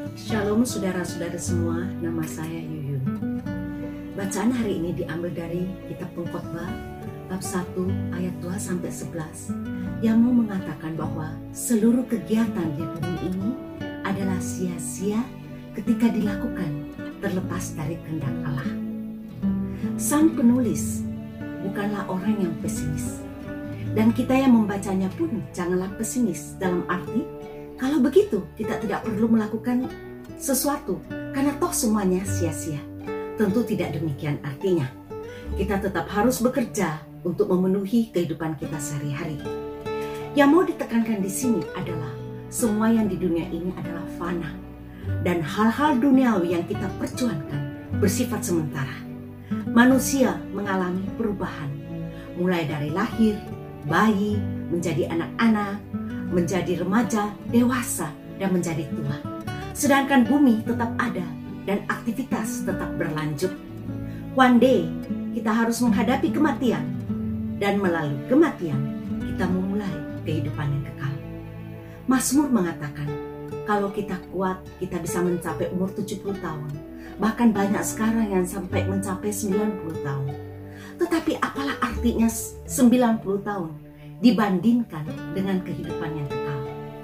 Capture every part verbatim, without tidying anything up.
Shalom saudara-saudara semua, nama saya Yuyun. Bacaan hari ini diambil dari kitab Pengkhotbah bab satu ayat dua sampai sebelas yang mau mengatakan bahwa seluruh kegiatan di bumi ini adalah sia-sia ketika dilakukan terlepas dari kehendak Allah. Sang penulis bukanlah orang yang pesimis, dan kita yang membacanya pun janganlah pesimis dalam arti kalau begitu kita tidak perlu melakukan sesuatu karena toh semuanya sia-sia. Tentu tidak demikian artinya. Kita tetap harus bekerja untuk memenuhi kehidupan kita sehari-hari. Yang mau ditekankan di sini adalah semua yang di dunia ini adalah fana, dan hal-hal duniawi yang kita perjuangkan bersifat sementara. Manusia mengalami perubahan, mulai dari lahir, bayi, menjadi anak-anak, menjadi remaja, dewasa, dan menjadi tua. Sedangkan bumi tetap ada dan aktivitas tetap berlanjut. One day kita harus menghadapi kematian, dan melalui kematian kita memulai kehidupan yang kekal. Mazmur mengatakan, kalau kita kuat kita bisa mencapai umur tujuh puluh tahun. Bahkan banyak sekarang yang sampai mencapai sembilan puluh tahun. Tetapi apalah artinya sembilan puluh tahun dibandingkan dengan kehidupan yang kekal.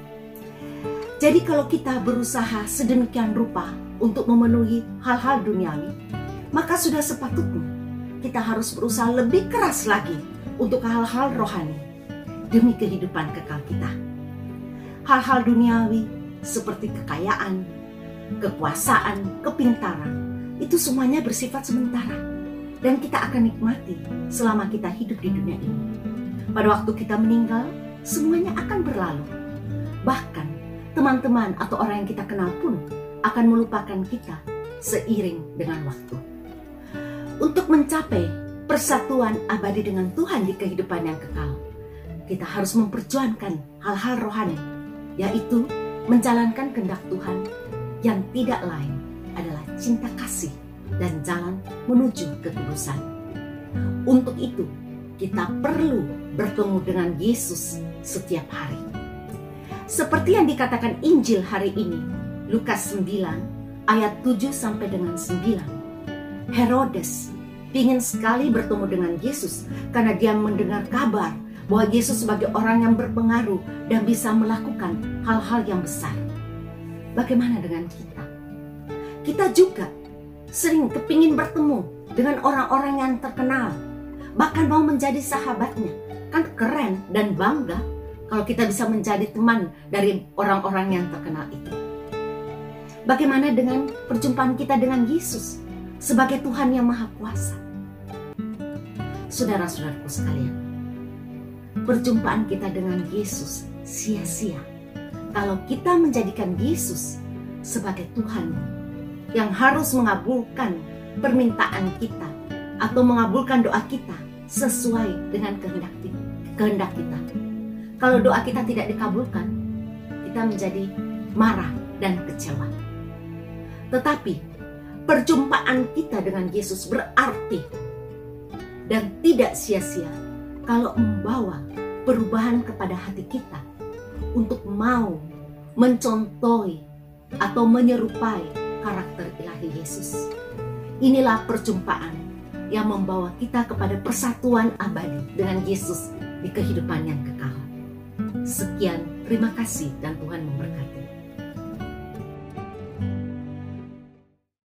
Jadi kalau kita berusaha sedemikian rupa untuk memenuhi hal-hal duniawi, maka sudah sepatutnya kita harus berusaha lebih keras lagi untuk hal-hal rohani demi kehidupan kekal kita. Hal-hal duniawi seperti kekayaan, kekuasaan, kepintaran, itu semuanya bersifat sementara dan kita akan nikmati selama kita hidup di dunia ini. Pada waktu kita meninggal, semuanya akan berlalu. Bahkan teman-teman atau orang yang kita kenal pun akan melupakan kita seiring dengan waktu. Untuk mencapai persatuan abadi dengan Tuhan di kehidupan yang kekal, kita harus memperjuangkan hal-hal rohani, yaitu menjalankan kehendak Tuhan yang tidak lain adalah cinta kasih dan jalan menuju kekudusan. Untuk itu, kita perlu bertemu dengan Yesus setiap hari. Seperti yang dikatakan Injil hari ini, Lukas sembilan ayat tujuh sampai dengan sembilan. Herodes ingin sekali bertemu dengan Yesus karena dia mendengar kabar bahwa Yesus sebagai orang yang berpengaruh dan bisa melakukan hal-hal yang besar. Bagaimana dengan kita? Kita juga sering kepingin bertemu dengan orang-orang yang terkenal, bahkan mau menjadi sahabatnya. Kan keren dan bangga kalau kita bisa menjadi teman dari orang-orang yang terkenal itu. Bagaimana dengan perjumpaan kita dengan Yesus sebagai Tuhan yang Maha Kuasa? Saudara-saudaraku sekalian, perjumpaan kita dengan Yesus sia-sia kalau kita menjadikan Yesus sebagai Tuhan yang harus mengabulkan permintaan kita atau mengabulkan doa kita sesuai dengan kehendak kehendak kita. Kalau doa kita tidak dikabulkan, kita menjadi marah dan kecewa. Tetapi perjumpaan kita dengan Yesus berarti dan tidak sia-sia kalau membawa perubahan kepada hati kita untuk mau mencontohi atau menyerupai karakter ilahi Yesus. Inilah perjumpaan yang membawa kita kepada persatuan abadi dengan Yesus di kehidupan yang kekal. Sekian, terima kasih dan Tuhan memberkati.